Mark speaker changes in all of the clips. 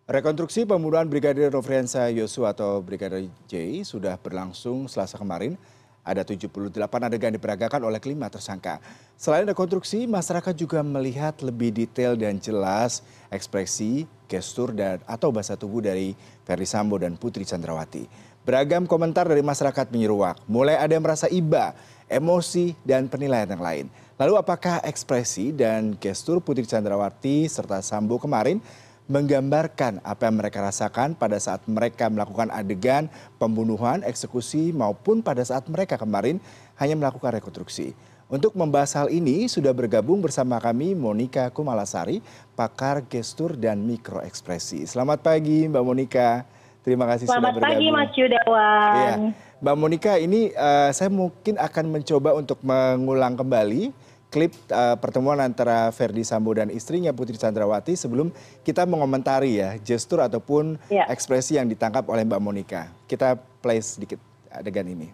Speaker 1: Rekonstruksi pembunuhan Brigadir Nofriansah Yosua atau Brigadir J sudah berlangsung Selasa kemarin. Ada 78 adegan diperagakan oleh kelima tersangka. Selain rekonstruksi, masyarakat juga melihat lebih detail dan jelas ekspresi, gestur, dan atau bahasa tubuh dari Ferdy Sambo dan Putri Chandrawati. Beragam komentar dari masyarakat menyeruak, mulai ada yang merasa iba, emosi, dan penilaian yang lain. Lalu apakah ekspresi dan gestur Putri Chandrawati serta Sambo kemarin menggambarkan apa yang mereka rasakan pada saat mereka melakukan adegan pembunuhan, eksekusi maupun pada saat mereka kemarin hanya melakukan rekonstruksi. Untuk membahas hal ini sudah bergabung bersama kami Monika Kumalasari, pakar gestur dan mikroekspresi. Selamat pagi Mbak Monika, terima kasih sudah bergabung.
Speaker 2: Selamat pagi Mas Yudawan.
Speaker 1: Iya. Mbak Monika, ini saya mungkin akan mencoba untuk mengulang kembali klip pertemuan antara Ferdy Sambo dan istrinya Putri Chandrawati sebelum kita mengomentari ya gestur ataupun ekspresi yang ditangkap oleh Mbak Monika. Kita play sedikit adegan ini.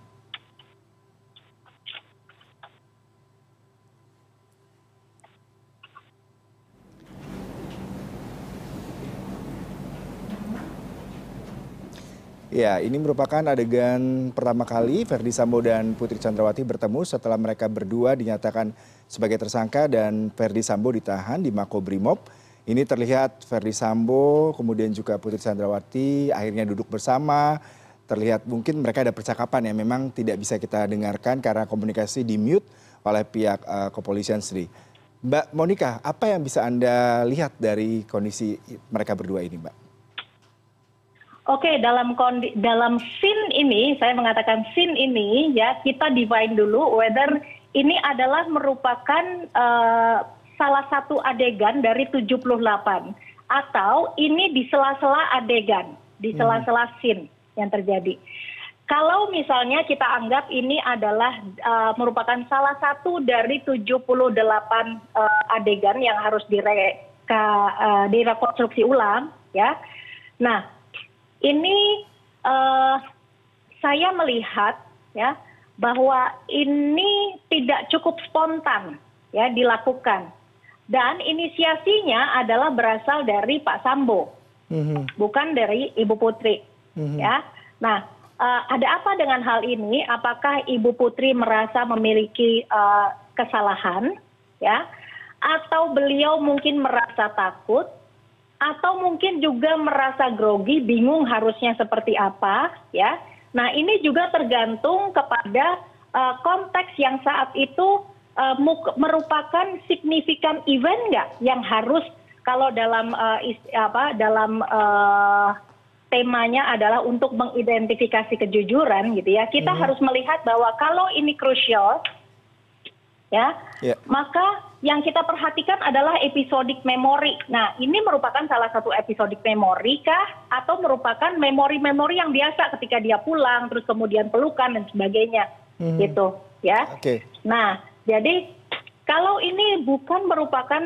Speaker 1: Ya, ini merupakan adegan pertama kali Ferdy Sambo dan Putri Chandrawati bertemu setelah mereka berdua dinyatakan sebagai tersangka dan Ferdy Sambo ditahan di Makobrimob. Ini terlihat Ferdy Sambo kemudian juga Putri Chandrawati akhirnya duduk bersama. Terlihat mungkin mereka ada percakapan yang memang tidak bisa kita dengarkan karena komunikasi di-mute oleh pihak kepolisian sendiri. Mbak Monika, apa yang bisa Anda lihat dari kondisi mereka berdua ini, Mbak?
Speaker 2: Oke, dalam scene ini, saya mengatakan scene ini ya kita define dulu whether ini adalah merupakan salah satu adegan dari 78 atau ini di sela-sela adegan, di sela-sela scene yang terjadi. Kalau misalnya kita anggap ini adalah merupakan salah satu dari 78 adegan yang harus direkonstruksi ulang ya. Nah, ini saya melihat ya bahwa ini tidak cukup spontan ya dilakukan dan inisiasinya adalah berasal dari Pak Sambo, bukan dari Ibu Putri ya. Nah, ada apa dengan hal ini? Apakah Ibu Putri merasa memiliki kesalahan ya atau beliau mungkin merasa takut? Atau mungkin juga merasa grogi, bingung harusnya seperti apa, ya. Nah, ini juga tergantung kepada konteks yang saat itu merupakan signifikan event nggak yang harus kalau dalam temanya adalah untuk mengidentifikasi kejujuran, gitu ya. Kita harus melihat bahwa kalau ini krusial, ya, maka yang kita perhatikan adalah episodik memori. Nah, ini merupakan salah satu episodik memori kah? Atau merupakan memori-memori yang biasa ketika dia pulang, terus kemudian pelukan dan sebagainya, gitu, ya. Nah, jadi kalau ini bukan merupakan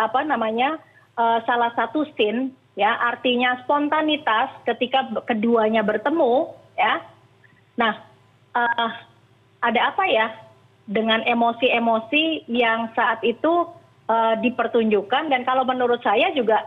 Speaker 2: salah satu scene, ya, artinya spontanitas ketika keduanya bertemu, ya. Nah, ada apa ya? Dengan emosi-emosi yang saat itu dipertunjukkan dan kalau menurut saya juga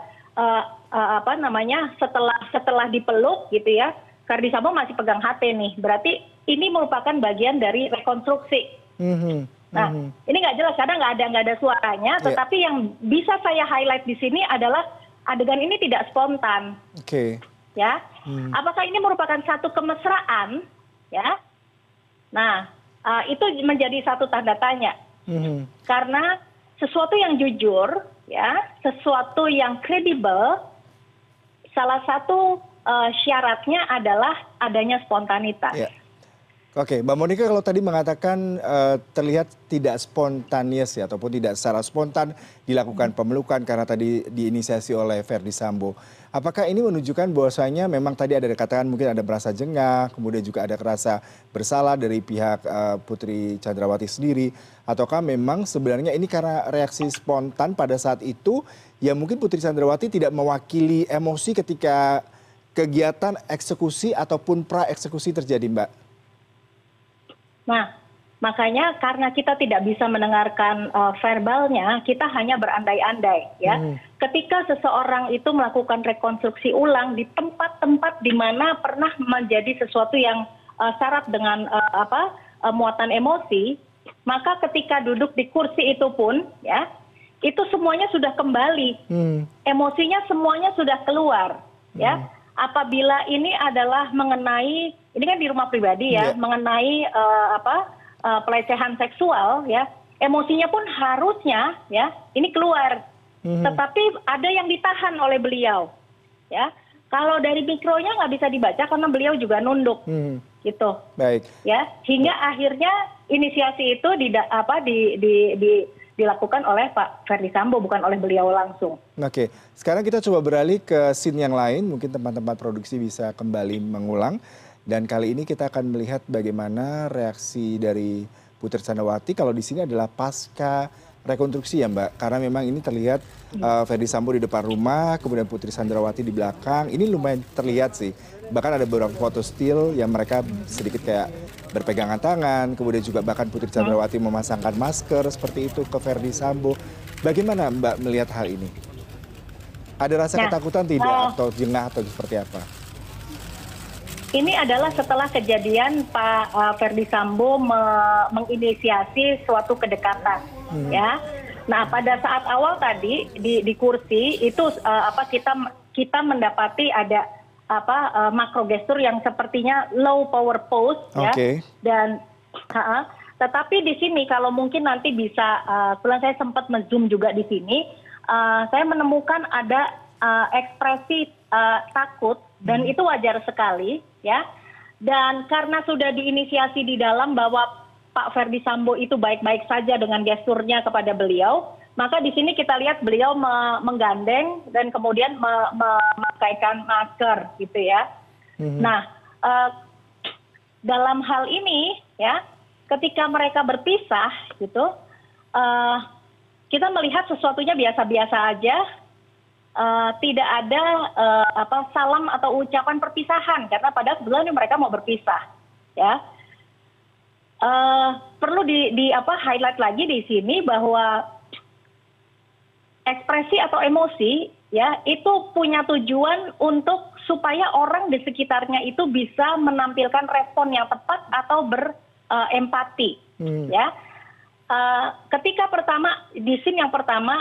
Speaker 2: setelah dipeluk gitu ya, Ferdy Sambo masih pegang HP nih, berarti ini merupakan bagian dari rekonstruksi. Nah, ini nggak jelas karena nggak ada suaranya, tetapi yang bisa saya highlight di sini adalah adegan ini tidak spontan. Ya, apakah ini merupakan satu kemesraan? Ya, nah. Itu menjadi satu tanda tanya karena sesuatu yang jujur ya, sesuatu yang kredibel, salah satu syaratnya adalah adanya spontanitas.
Speaker 1: Oke, Mbak Monika, kalau tadi mengatakan terlihat tidak spontaneous ya, ataupun tidak secara spontan dilakukan pemelukan karena tadi diinisiasi oleh Ferdy Sambo. Apakah ini menunjukkan bahwasanya memang tadi ada dikatakan mungkin ada merasa jengah, kemudian juga ada merasa bersalah dari pihak Putri Chandrawati sendiri, ataukah memang sebenarnya ini karena reaksi spontan pada saat itu, ya mungkin Putri Chandrawati tidak mewakili emosi ketika kegiatan eksekusi ataupun pra-eksekusi terjadi, Mbak?
Speaker 2: Nah, Makanya karena kita tidak bisa mendengarkan verbalnya, kita hanya berandai-andai ya. Ketika seseorang itu melakukan rekonstruksi ulang di tempat-tempat di mana pernah menjadi sesuatu yang syarat dengan muatan emosi, maka ketika duduk di kursi itu pun ya, itu semuanya sudah kembali. Emosinya semuanya sudah keluar ya. Apabila ini adalah mengenai, ini kan di rumah pribadi ya, mengenai pelecehan seksual ya, emosinya pun harusnya ya ini keluar, tetapi ada yang ditahan oleh beliau ya. Kalau dari mikronya nggak bisa dibaca karena beliau juga nunduk gitu.
Speaker 1: Baik
Speaker 2: ya, hingga akhirnya inisiasi itu dilakukan oleh Pak Ferdi Sambo, bukan oleh beliau langsung.
Speaker 1: Oke, sekarang kita coba beralih ke scene yang lain, mungkin tempat-tempat produksi bisa kembali mengulang. Dan kali ini kita akan melihat bagaimana reaksi dari Putri Candrawati kalau di sini adalah pasca rekonstruksi ya Mbak. Karena memang ini terlihat Ferdi Sambo di depan rumah, kemudian Putri Candrawati di belakang. Ini lumayan terlihat sih. Bahkan ada beberapa foto still yang mereka sedikit kayak berpegangan tangan. Kemudian juga bahkan Putri Candrawati memasangkan masker seperti itu ke Ferdi Sambo. Bagaimana Mbak melihat hal ini? Ada rasa ketakutan tidak atau jengah atau seperti apa?
Speaker 2: Ini adalah setelah kejadian Pak Ferdi Sambo menginisiasi suatu kedekatan, ya. Nah, pada saat awal tadi di kursi itu kita mendapati ada makro gestur yang sepertinya low power pose, ya. Dan tetapi di sini kalau mungkin nanti bisa, kebetulan saya sempat menzoom juga di sini, saya menemukan ada ekspresi takut. Dan itu wajar sekali ya. Dan karena sudah diinisiasi di dalam bahwa Pak Ferdi Sambo itu baik-baik saja dengan gesturnya kepada beliau, maka di sini kita lihat beliau menggandeng dan kemudian memakaikan masker gitu ya. Nah, dalam hal ini ya, ketika mereka berpisah gitu, kita melihat sesuatunya biasa-biasa aja. Tidak ada salam atau ucapan perpisahan karena padahal sebenarnya mereka mau berpisah ya. Perlu highlight lagi di sini bahwa ekspresi atau emosi ya itu punya tujuan untuk supaya orang di sekitarnya itu bisa menampilkan respon yang tepat atau berempati ya. Ketika pertama di scene yang pertama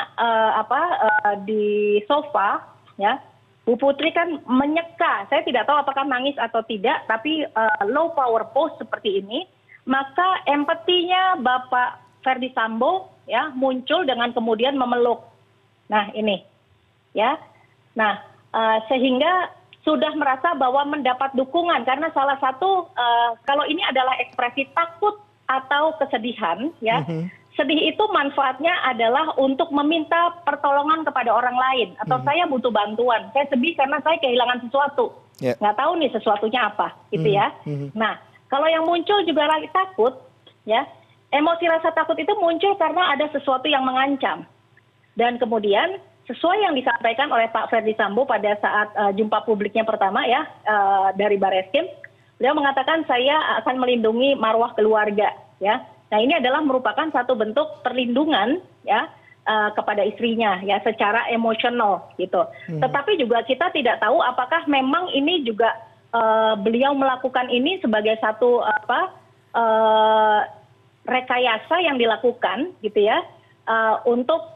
Speaker 2: di sofa ya, Bu Putri kan menyeka, saya tidak tahu apakah nangis atau tidak, tapi low power pose seperti ini, maka empatinya Bapak Ferdi Sambo ya muncul dengan kemudian memeluk. Nah ini ya, nah sehingga sudah merasa bahwa mendapat dukungan karena salah satu kalau ini adalah ekspresi takut atau kesedihan ya. Sedih itu manfaatnya adalah untuk meminta pertolongan kepada orang lain atau saya butuh bantuan, saya sedih karena saya kehilangan sesuatu, nggak tahu nih sesuatunya apa gitu ya. Nah, kalau yang muncul juga lagi takut ya, emosi rasa takut itu muncul karena ada sesuatu yang mengancam. Dan kemudian sesuai yang disampaikan oleh Pak Ferdi Sambo pada saat jumpa publiknya pertama ya dari Barreskrim, beliau mengatakan saya akan melindungi marwah keluarga ya. Nah, ini adalah merupakan satu bentuk perlindungan ya kepada istrinya ya secara emosional gitu. Tetapi juga kita tidak tahu apakah memang ini juga beliau melakukan ini sebagai satu rekayasa yang dilakukan gitu ya untuk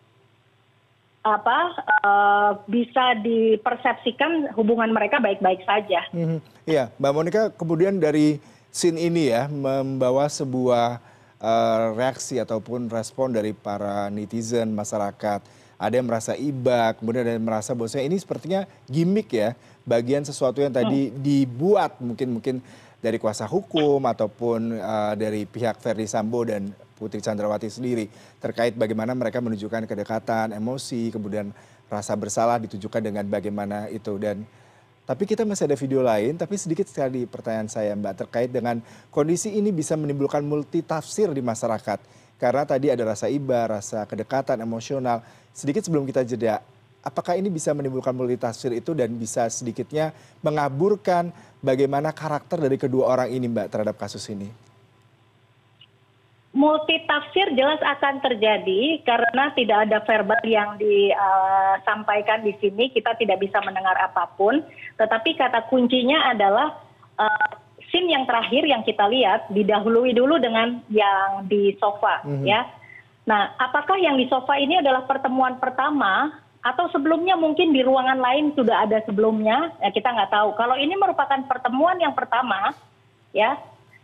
Speaker 2: bisa dipersepsikan hubungan mereka baik-baik saja.
Speaker 1: Iya, Mbak Monika, kemudian dari scene ini ya membawa sebuah reaksi ataupun respon dari para netizen masyarakat. Ada yang merasa iba, kemudian ada yang merasa bahwa ini sepertinya gimmick ya, bagian sesuatu yang tadi dibuat mungkin dari kuasa hukum ataupun dari pihak Ferdi Sambo dan Putri Candrawati sendiri terkait bagaimana mereka menunjukkan kedekatan, emosi, kemudian rasa bersalah ditujukan dengan bagaimana itu. Dan tapi kita masih ada video lain, tapi sedikit sekali pertanyaan saya Mbak terkait dengan kondisi ini bisa menimbulkan multitafsir di masyarakat. Karena tadi ada rasa iba, rasa kedekatan emosional. Sedikit sebelum kita jeda, apakah ini bisa menimbulkan multitafsir itu dan bisa sedikitnya mengaburkan bagaimana karakter dari kedua orang ini Mbak terhadap kasus ini?
Speaker 2: multitafsir jelas akan terjadi karena tidak ada verbal yang disampaikan di sini, kita tidak bisa mendengar apapun. Tetapi kata kuncinya adalah scene yang terakhir yang kita lihat didahului dulu dengan yang di sofa, ya. Nah, apakah yang di sofa ini adalah pertemuan pertama atau sebelumnya mungkin di ruangan lain sudah ada sebelumnya? Ya, kita nggak tahu. Kalau ini merupakan pertemuan yang pertama, ya.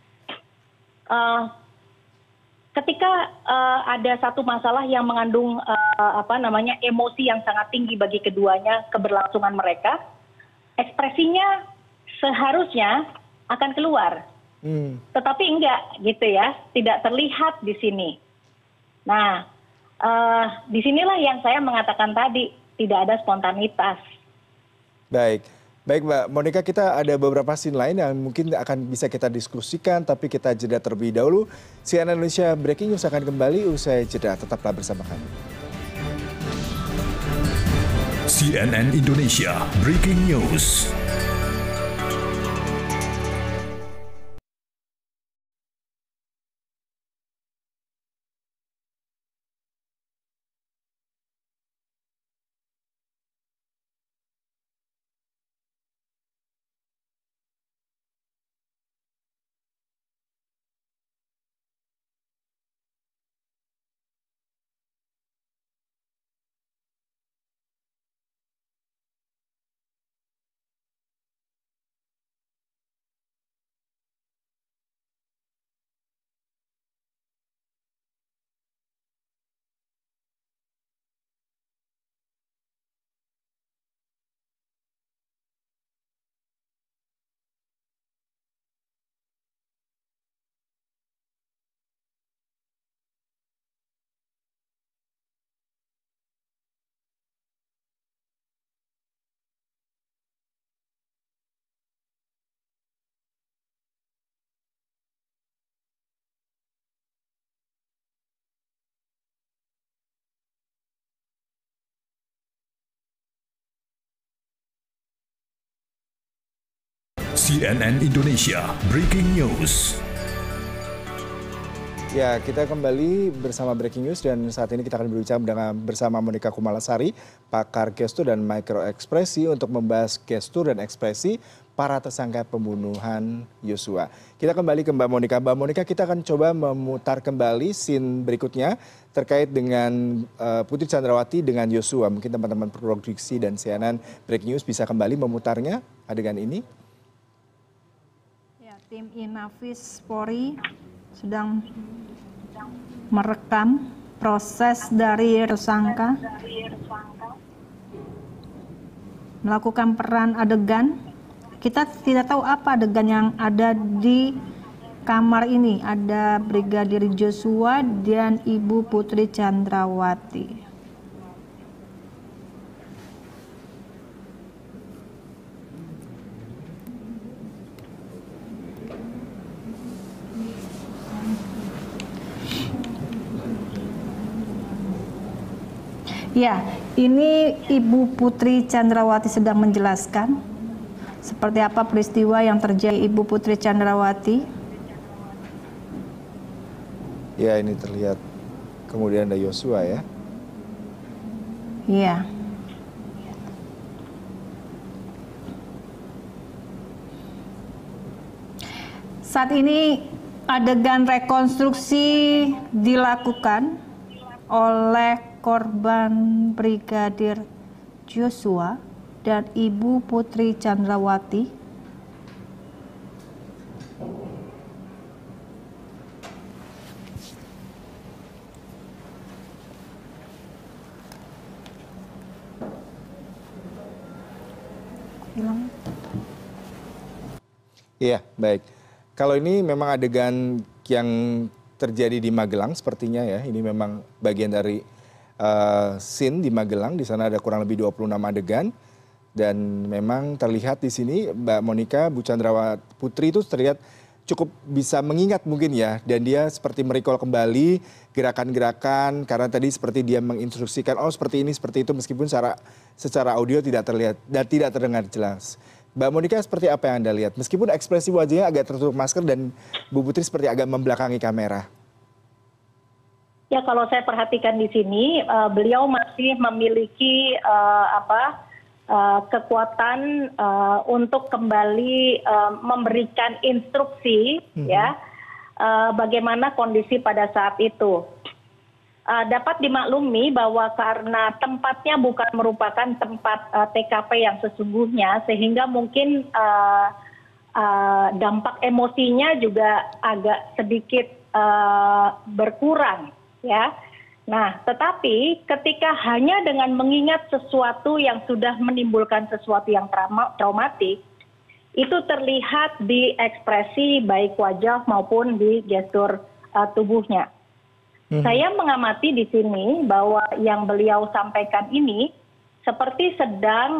Speaker 2: Ketika ada satu masalah yang mengandung emosi yang sangat tinggi bagi keduanya, keberlangsungan mereka, ekspresinya seharusnya akan keluar, tetapi enggak gitu ya, tidak terlihat di sini. Nah, disinilah yang saya mengatakan tadi tidak ada spontanitas.
Speaker 1: Baik. Baik Mbak Monica, kita ada beberapa scene lain yang mungkin akan bisa kita diskusikan, tapi kita jeda terlebih dahulu. CNN Indonesia Breaking News akan kembali usai jeda, tetaplah bersama kami.
Speaker 3: CNN Indonesia Breaking News. CNN Indonesia Breaking News.
Speaker 1: Ya, kita kembali bersama Breaking News dan saat ini kita akan berbicara bersama Monica Kumalasari, pakar gestur dan mikroekspresi untuk membahas gestur dan ekspresi para tersangka pembunuhan Yosua. Kita kembali ke Mbak Monica. Mbak Monica, kita akan coba memutar kembali scene berikutnya terkait dengan Putri Chandrawati dengan Yosua. Mungkin teman-teman produksi dan CNN Breaking News bisa kembali memutarnya adegan ini.
Speaker 4: Ya, tim Inavis Polri sedang merekam proses dari tersangka melakukan peran adegan. Kita tidak tahu apa adegan yang ada di kamar ini. Ada Brigadir Joshua dan Ibu Putri Chandrawati. Ya, ini Ibu Putri Chandrawati sedang menjelaskan seperti apa peristiwa yang terjadi Ibu Putri Chandrawati.
Speaker 1: Ya, ini terlihat kemudian ada Yosua ya.
Speaker 4: Iya. Saat ini adegan rekonstruksi dilakukan oleh korban Brigadir Joshua dan Ibu Putri Chandrawati.
Speaker 1: Iya, baik. Kalau ini memang adegan yang terjadi di Magelang sepertinya ya. Ini memang bagian dari scene di Magelang. Di sana ada kurang lebih 26 adegan. Dan memang terlihat di sini Mbak Monica, Bu Chandrawati Putri itu terlihat cukup bisa mengingat mungkin ya. Dan dia seperti merecall kembali gerakan-gerakan. Karena tadi seperti dia menginstruksikan, oh seperti ini, seperti itu. Meskipun secara audio tidak terlihat dan tidak terdengar jelas. Mbak Monica, seperti apa yang Anda lihat? Meskipun ekspresi wajahnya agak tertutup masker dan Bu Putri seperti agak membelakangi kamera.
Speaker 2: Ya, kalau saya perhatikan di sini, beliau masih memiliki kekuatan untuk kembali memberikan instruksi, ya, bagaimana kondisi pada saat itu. Dapat dimaklumi bahwa karena tempatnya bukan merupakan tempat TKP yang sesungguhnya, sehingga mungkin dampak emosinya juga agak sedikit berkurang, ya. Nah, tetapi ketika hanya dengan mengingat sesuatu yang sudah menimbulkan sesuatu yang traumatik, itu terlihat di ekspresi baik wajah maupun di gestur tubuhnya. Saya mengamati di sini bahwa yang beliau sampaikan ini seperti sedang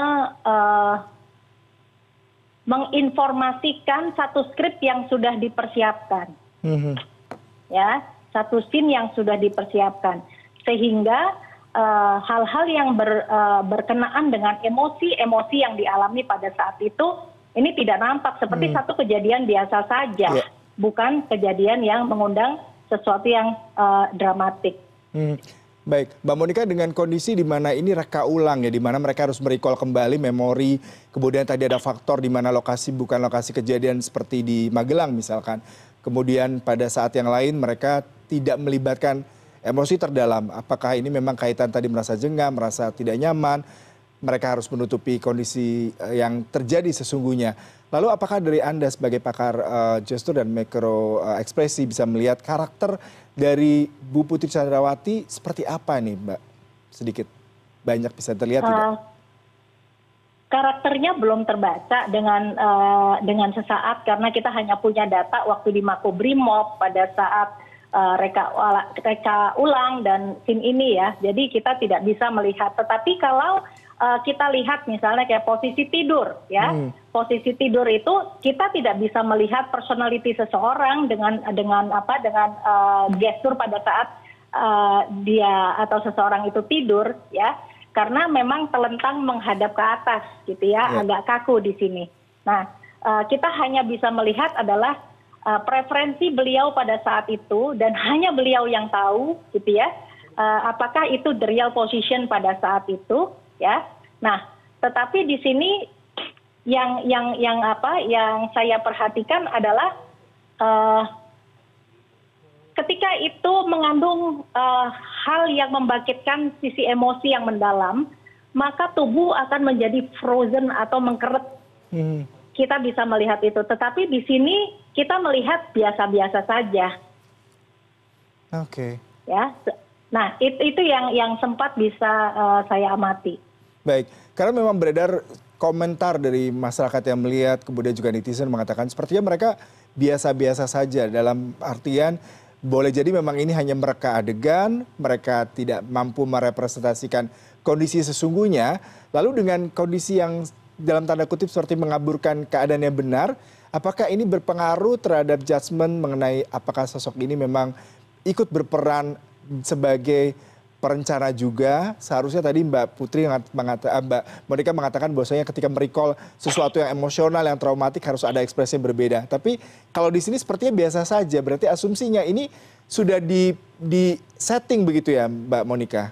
Speaker 2: menginformasikan satu skrip yang sudah dipersiapkan, ya, satu scene yang sudah dipersiapkan, sehingga hal-hal yang berkenaan dengan emosi yang dialami pada saat itu ini tidak nampak seperti satu kejadian biasa saja, bukan kejadian yang mengundang sesuatu yang dramatik.
Speaker 1: Baik, Mbak Monika, dengan kondisi di mana ini reka ulang ya, di mana mereka harus merecall kembali memori, kemudian tadi ada faktor di mana lokasi bukan lokasi kejadian seperti di Magelang misalkan, kemudian pada saat yang lain mereka tidak melibatkan emosi terdalam, apakah ini memang kaitan tadi merasa jengah, merasa tidak nyaman, mereka harus menutupi kondisi yang terjadi sesungguhnya. Lalu apakah dari Anda sebagai pakar gestur dan mikro ekspresi bisa melihat karakter dari Bu Putri Chandrawati seperti apa nih, Mbak? Sedikit banyak bisa terlihat tidak?
Speaker 2: Karakternya belum terbaca dengan sesaat karena kita hanya punya data waktu di Makobrimob pada saat reka ulang dan scene ini, ya. Jadi kita tidak bisa melihat. Tetapi kalau kita lihat misalnya kayak posisi tidur, ya, posisi tidur itu kita tidak bisa melihat personality seseorang dengan gestur pada saat dia atau seseorang itu tidur, ya, karena memang telentang menghadap ke atas, gitu ya, agak kaku di sini. Nah, kita hanya bisa melihat adalah preferensi beliau pada saat itu dan hanya beliau yang tahu, gitu ya, apakah itu the real position pada saat itu, ya. Nah, tetapi di sini yang saya perhatikan adalah ketika itu mengandung hal yang membangkitkan sisi emosi yang mendalam, maka tubuh akan menjadi frozen atau mengkeret. Kita bisa melihat itu, tetapi di sini kita melihat biasa-biasa saja.
Speaker 1: Oke.
Speaker 2: Ya, nah itu yang sempat bisa saya amati.
Speaker 1: Baik, karena memang beredar komentar dari masyarakat yang melihat, kemudian juga netizen mengatakan sepertinya mereka biasa-biasa saja, dalam artian boleh jadi memang ini hanya mereka adegan, mereka tidak mampu merepresentasikan kondisi sesungguhnya, lalu dengan kondisi yang dalam tanda kutip seperti mengaburkan keadaan yang benar, apakah ini berpengaruh terhadap judgement mengenai apakah sosok ini memang ikut berperan sebagai perencana juga? Seharusnya tadi Mbak Putri Mbak Monika mengatakan bahwasanya ketika merecall sesuatu yang emosional, yang traumatik harus ada ekspresi yang berbeda. Tapi kalau di sini sepertinya biasa saja, berarti asumsinya ini sudah di setting begitu ya, Mbak Monika?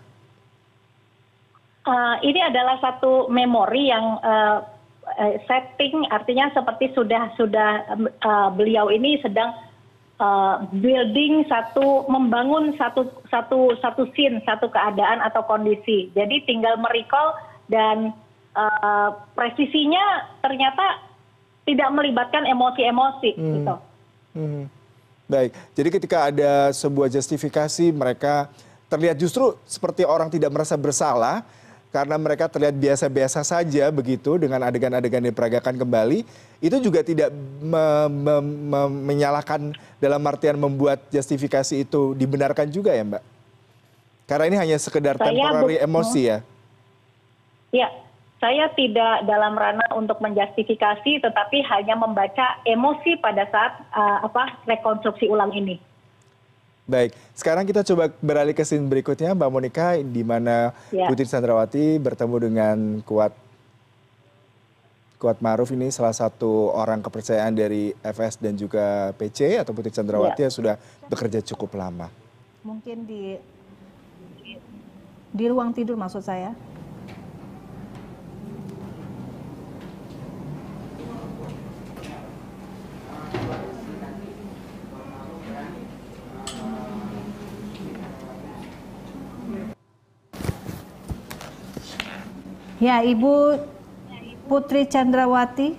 Speaker 2: Ini adalah satu memori yang setting, artinya seperti sudah beliau ini sedang membangun satu scene, satu keadaan atau kondisi. Jadi tinggal merecall dan presisinya ternyata tidak melibatkan emosi-emosi. Gitu.
Speaker 1: Baik, jadi ketika ada sebuah justifikasi mereka terlihat justru seperti orang tidak merasa bersalah karena mereka terlihat biasa-biasa saja begitu dengan adegan-adegan diperagakan kembali, itu juga tidak menyalahkan dalam artian membuat justifikasi itu dibenarkan juga ya, Mbak? Karena ini hanya sekedar temporary emosi ya? Ya,
Speaker 2: saya tidak dalam ranah untuk menjustifikasi, tetapi hanya membaca emosi pada saat rekonstruksi ulang ini.
Speaker 1: Baik, sekarang kita coba beralih ke scene berikutnya, Mbak Monika, di mana Putri Chandrawati bertemu dengan Kuat Ma'ruf, ini salah satu orang kepercayaan dari FS dan juga PC atau Putri Chandrawati yang sudah bekerja cukup lama.
Speaker 4: Mungkin di ruang tidur maksud saya. Ya, Ibu Putri Chandrawati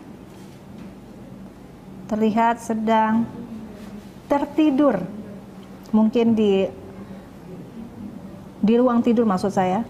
Speaker 4: terlihat sedang tertidur. Mungkin di ruang tidur maksud saya.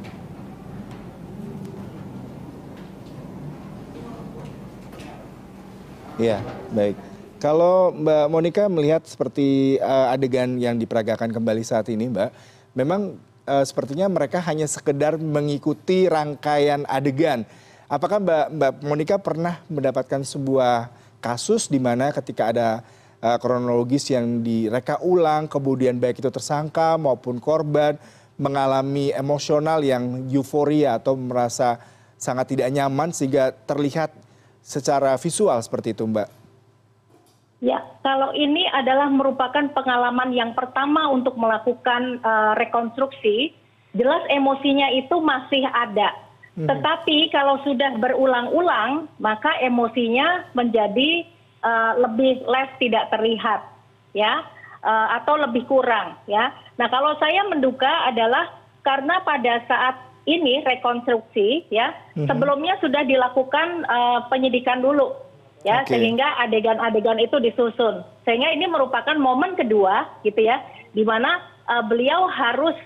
Speaker 1: Iya, baik. Kalau Mbak Monica melihat seperti adegan yang diperagakan kembali saat ini, Mbak, memang sepertinya mereka hanya sekedar mengikuti rangkaian adegan. Apakah Mbak Monica pernah mendapatkan sebuah kasus di mana ketika ada kronologis yang direka ulang, kemudian baik itu tersangka maupun korban mengalami emosional yang euforia atau merasa sangat tidak nyaman sehingga terlihat secara visual seperti itu, Mbak?
Speaker 2: Ya, kalau ini adalah merupakan pengalaman yang pertama untuk melakukan rekonstruksi, jelas emosinya itu masih ada. Tetapi kalau sudah berulang-ulang, maka emosinya menjadi lebih less tidak terlihat, ya, atau lebih kurang, ya. Nah, kalau saya menduga adalah karena pada saat ini rekonstruksi, ya, sebelumnya sudah dilakukan penyidikan dulu. Ya, sehingga adegan-adegan itu disusun. Sehingga ini merupakan momen kedua, gitu ya, di mana beliau harus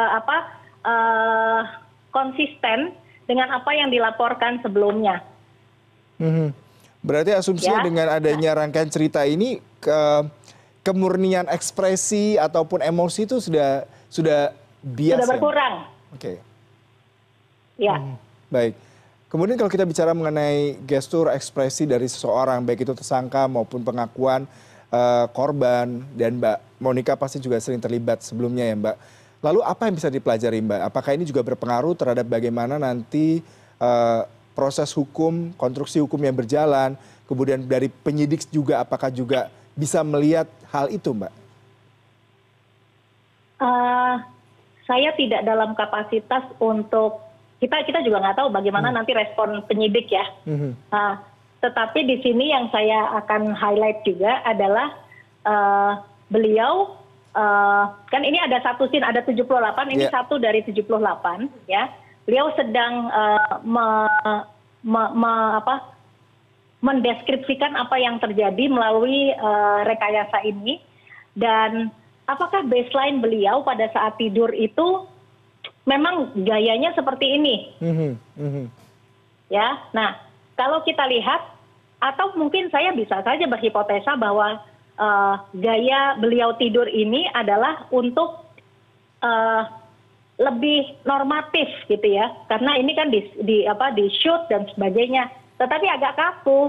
Speaker 2: konsisten dengan apa yang dilaporkan sebelumnya.
Speaker 1: Berarti asumsinya dengan adanya rangkaian cerita ini kemurnian ekspresi ataupun emosi itu sudah biasa.
Speaker 2: Sudah berkurang.
Speaker 1: Oke.
Speaker 2: Ya.
Speaker 1: Baik. Kemudian kalau kita bicara mengenai gestur ekspresi dari seseorang, baik itu tersangka maupun pengakuan korban, dan Mbak Monica pasti juga sering terlibat sebelumnya ya Mbak. Lalu apa yang bisa dipelajari Mbak? Apakah ini juga berpengaruh terhadap bagaimana nanti proses hukum, konstruksi hukum yang berjalan, kemudian dari penyidik juga apakah juga bisa melihat hal itu Mbak?
Speaker 2: Saya tidak dalam kapasitas untuk kita juga nggak tahu bagaimana nanti respon penyidik ya. Tetapi di sini yang saya akan highlight juga adalah beliau kan ini ada satu scene, ada 78, ini satu dari 78 ya. Beliau sedang mendeskripsikan apa yang terjadi melalui rekayasa ini, dan apakah baseline beliau pada saat tidur itu memang gayanya seperti ini. Ya, nah kalau kita lihat, atau mungkin saya bisa saja berhipotesa bahwa gaya beliau tidur ini adalah untuk lebih normatif gitu ya, karena ini kan di shoot dan sebagainya, tetapi agak kaku.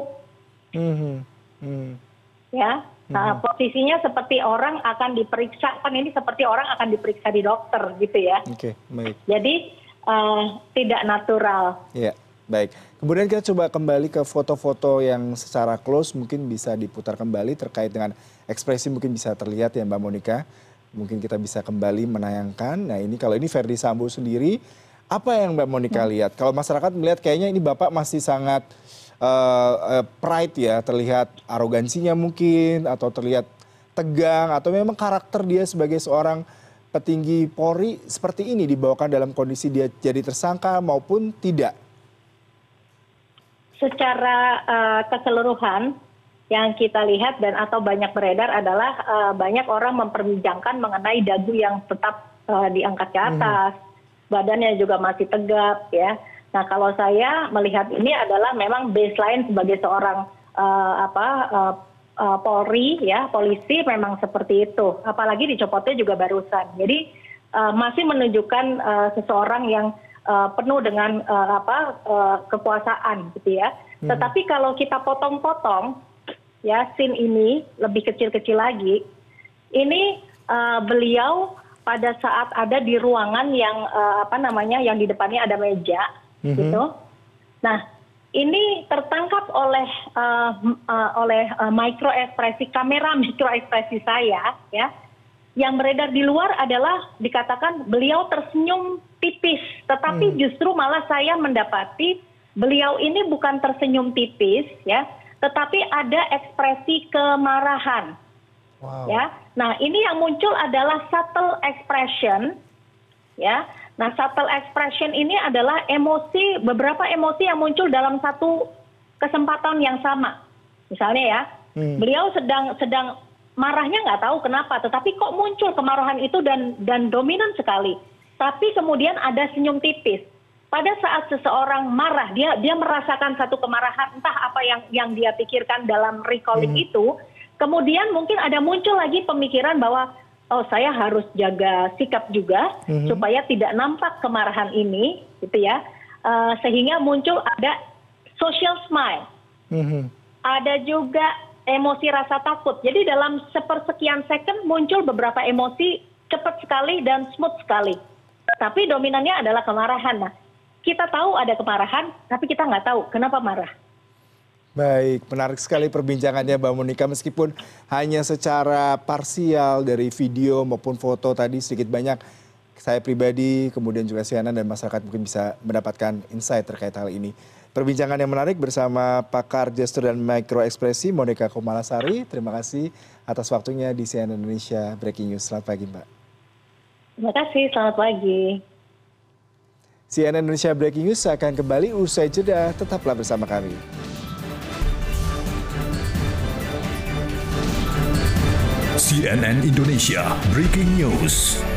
Speaker 2: Ya. Nah, posisinya seperti orang akan diperiksa, kan ini seperti orang akan diperiksa di dokter gitu ya.
Speaker 1: Oke, baik.
Speaker 2: Jadi tidak natural.
Speaker 1: Iya, baik. Kemudian kita coba kembali ke foto-foto yang secara close mungkin bisa diputar kembali terkait dengan ekspresi mungkin bisa terlihat ya Mbak Monica. Mungkin kita bisa kembali menayangkan. Nah ini kalau ini Verdi Sambo sendiri, apa yang Mbak Monica lihat? Kalau masyarakat melihat kayaknya ini Bapak masih sangat pride ya, terlihat arogansinya mungkin, atau terlihat tegang, atau memang karakter dia sebagai seorang petinggi Polri seperti ini dibawakan dalam kondisi dia jadi tersangka maupun tidak?
Speaker 2: Secara keseluruhan yang kita lihat dan atau banyak beredar adalah banyak orang memperbincangkan mengenai dagu yang tetap diangkat ke atas, badannya juga masih tegap ya. Nah, kalau saya melihat ini adalah memang baseline sebagai seorang Polri ya, polisi memang seperti itu. Apalagi dicopotnya juga barusan. Jadi masih menunjukkan seseorang yang penuh dengan kekuasaan gitu ya. Tetapi kalau kita potong-potong ya scene ini lebih kecil-kecil lagi, ini beliau pada saat ada di ruangan yang yang di depannya ada meja. Gitu. Nah, ini tertangkap oleh kamera mikroekspresi saya, ya, yang beredar di luar adalah dikatakan beliau tersenyum tipis, tetapi justru malah saya mendapati beliau ini bukan tersenyum tipis, ya, tetapi ada ekspresi kemarahan.
Speaker 1: Wow.
Speaker 2: Ya, nah ini yang muncul adalah subtle expression, ya. Nah, subtle expression ini adalah emosi, beberapa emosi yang muncul dalam satu kesempatan yang sama. Misalnya ya, beliau sedang marahnya nggak tahu kenapa, tetapi kok muncul kemarahan itu dan dominan sekali. Tapi kemudian ada senyum tipis. Pada saat seseorang marah, dia merasakan satu kemarahan, entah apa yang dia pikirkan dalam recalling itu. Kemudian mungkin ada muncul lagi pemikiran bahwa oh saya harus jaga sikap juga supaya tidak nampak kemarahan ini, gitu ya. Sehingga muncul ada social smile. Ada juga emosi rasa takut. Jadi dalam sepersekian second muncul beberapa emosi cepat sekali dan smooth sekali. Tapi dominannya adalah kemarahan. Nah, kita tahu ada kemarahan, tapi kita nggak tahu kenapa marah.
Speaker 1: Baik, menarik sekali perbincangannya Mbak Monika, meskipun hanya secara parsial dari video maupun foto tadi sedikit banyak saya pribadi, kemudian juga CNN dan masyarakat mungkin bisa mendapatkan insight terkait hal ini. Perbincangan yang menarik bersama pakar gestur dan mikroekspresi Monika Komalasari. Terima kasih atas waktunya di CNN Indonesia Breaking News. Selamat pagi Mbak.
Speaker 2: Terima kasih, selamat pagi.
Speaker 1: CNN Indonesia Breaking News akan kembali usai jeda, tetaplah bersama kami.
Speaker 3: CNN Indonesia Breaking News.